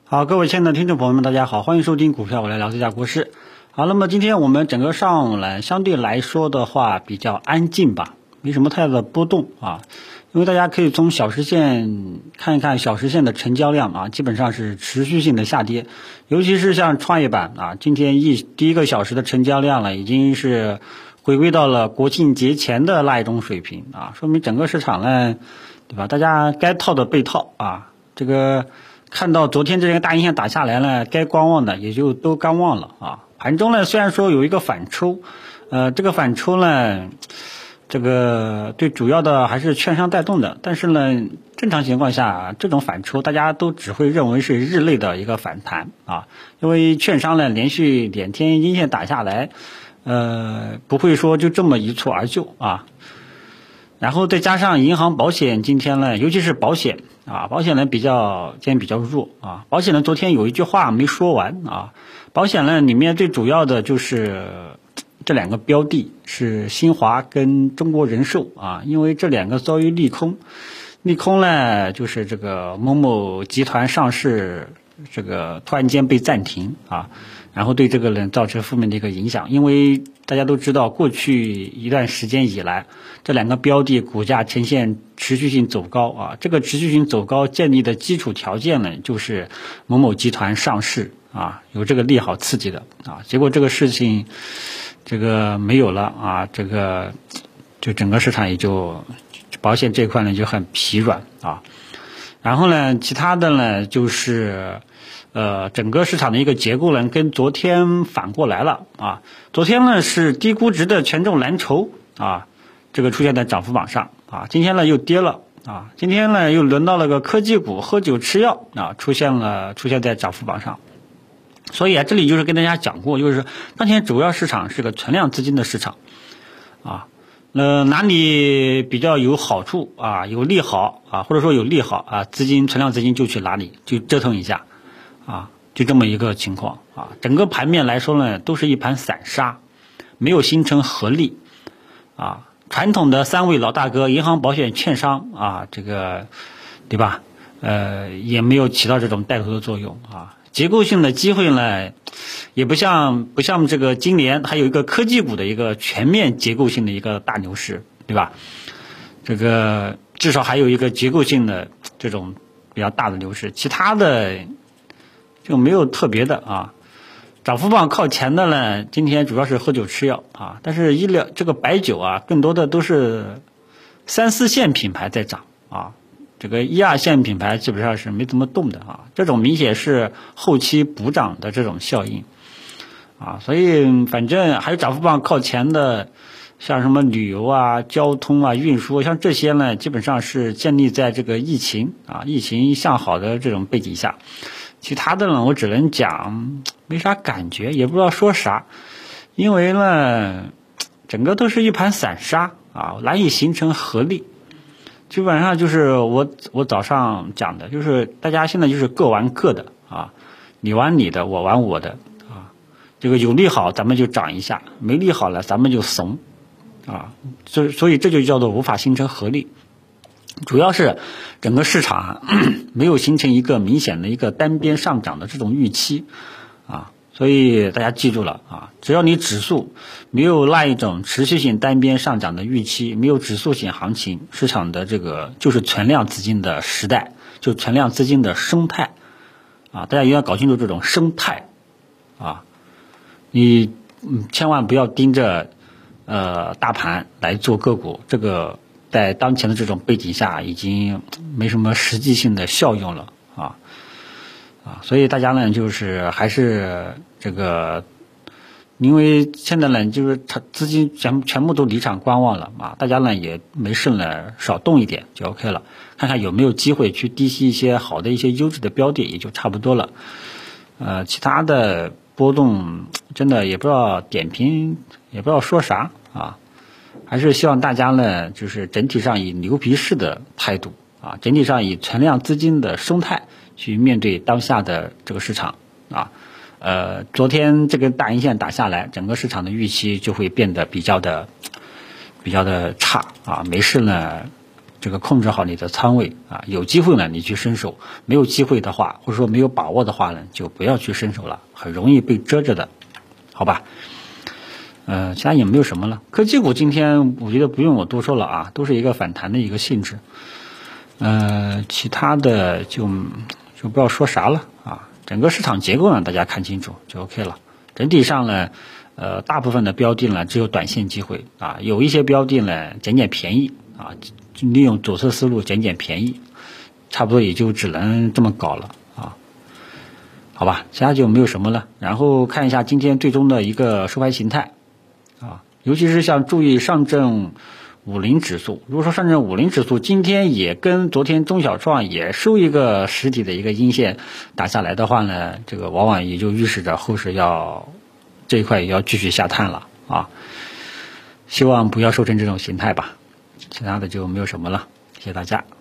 好，各位亲爱的听众朋友们，大家好，欢迎收听股票我来聊这家国事。好，那么今天我们整个上午呢，相对来说的话比较安静吧，没什么太大的波动啊。因为大家可以从小时线看一看小时线的成交量啊，基本上是持续性的下跌，尤其是像创业板啊，今天第一个小时的成交量呢，已经是回归到了国庆节前的那一种水平啊，说明整个市场呢，对吧？大家该套的被套啊，这个看到昨天这个大阴线打下来呢，该观望的也就都观望了啊。盘中呢，虽然说有一个反抽，这个反抽呢，这个对主要的还是券商带动的，但是呢，正常情况下，这种反抽大家都只会认为是日内的一个反弹啊，因为券商呢连续2天阴线打下来，不会说就这么一蹴而就啊。然后再加上银行保险今天呢，尤其是保险啊，保险呢今天比较弱啊。保险呢昨天有一句话没说完啊，保险呢里面最主要的就是这两个标的是新华跟中国人寿啊，因为这两个遭遇利空呢就是这个某某集团上市这个突然间被暂停啊，然后对这个人造成负面的一个影响，因为大家都知道过去一段时间以来，这两个标的股价呈现持续性走高啊，这个持续性走高建立的基础条件呢，就是某某集团上市啊，有这个利好刺激的啊，结果这个事情这个没有了啊，这个就整个市场也就保险这一块呢就很疲软啊，然后呢，其他的呢就是整个市场的一个结构呢跟昨天反过来了啊，昨天呢是低估值的权重蓝筹啊，这个出现在涨幅榜上啊，今天呢又跌了啊，今天呢又轮到了个科技股喝酒吃药啊，出现在涨幅榜上。所以啊，这里就是跟大家讲过，就是当前主要市场是个存量资金的市场啊，哪里比较有好处啊，有利好啊，或者说有利好啊，存量资金就去哪里就折腾一下啊，就这么一个情况啊。整个盘面来说呢，都是一盘散沙，没有形成合力啊。传统的3位老大哥，银行、保险、券商啊，这个对吧？也没有起到这种带头的作用啊。结构性的机会呢，也不像这个今年还有一个科技股的一个全面结构性的一个大牛市，对吧？这个至少还有一个结构性的这种比较大的牛市，其他的就没有特别的啊。涨幅榜靠前的呢，今天主要是喝酒吃药啊，但是这个白酒啊，更多的都是3、4线品牌在涨啊。这个1、2线品牌基本上是没怎么动的啊，这种明显是后期补涨的这种效应啊，所以反正还有涨幅榜靠前的，像什么旅游啊、交通啊、运输，像这些呢，基本上是建立在这个疫情向好的这种背景下，其他的呢，我只能讲没啥感觉，也不知道说啥，因为呢，整个都是一盘散沙啊，难以形成合力。基本上就是我早上讲的，就是大家现在就是各玩各的啊，你玩你的，我玩我的啊。这个有利好咱们就涨一下，没利好了咱们就怂啊。所以这就叫做无法形成合力。主要是整个市场没有形成一个明显的一个单边上涨的这种预期啊。所以大家记住了啊，只要你指数没有那一种持续性单边上涨的预期，没有指数型行情，市场的这个就是存量资金的时代，就存量资金的生态啊，大家一定要搞清楚这种生态啊，你千万不要盯着大盘来做个股，这个在当前的这种背景下已经没什么实际性的效用了啊。所以大家呢，就是还是这个，因为现在呢，就是资金全部都离场观望了啊，大家呢也没事呢，少动一点就 OK 了，看看有没有机会去低吸一些好的一些优质的标的，也就差不多了。其他的波动真的也不知道点评，也不知道说啥啊，还是希望大家呢，就是整体上以牛皮式的态度啊，整体上以存量资金的生态去面对当下的这个市场啊，昨天这根大阴线打下来，整个市场的预期就会变得比较的差啊，没事呢， 这个控制好你的仓位啊，有机会呢你去伸手，没有机会的话，或者说没有把握的话呢，就不要去伸手了，很容易被遮着的，好吧？其他也没有什么了。科技股今天我觉得不用我多说了啊，都是一个反弹的一个性质。其他的就不知道说啥了啊。整个市场结构呢，大家看清楚就 OK 了。整体上呢，大部分的标的呢只有短线机会啊，有一些标的呢捡便宜啊，就利用左侧思路捡便宜，差不多也就只能这么搞了啊。好吧，其他就没有什么了。然后看一下今天最终的一个收盘形态啊，尤其是像注意上证50指数，如果说上证50指数今天也跟昨天中小创也收一个实体的一个阴线打下来的话呢，这个往往也就预示着后市这一块也要继续下探了啊。希望不要收成这种形态吧，其他的就没有什么了，谢谢大家。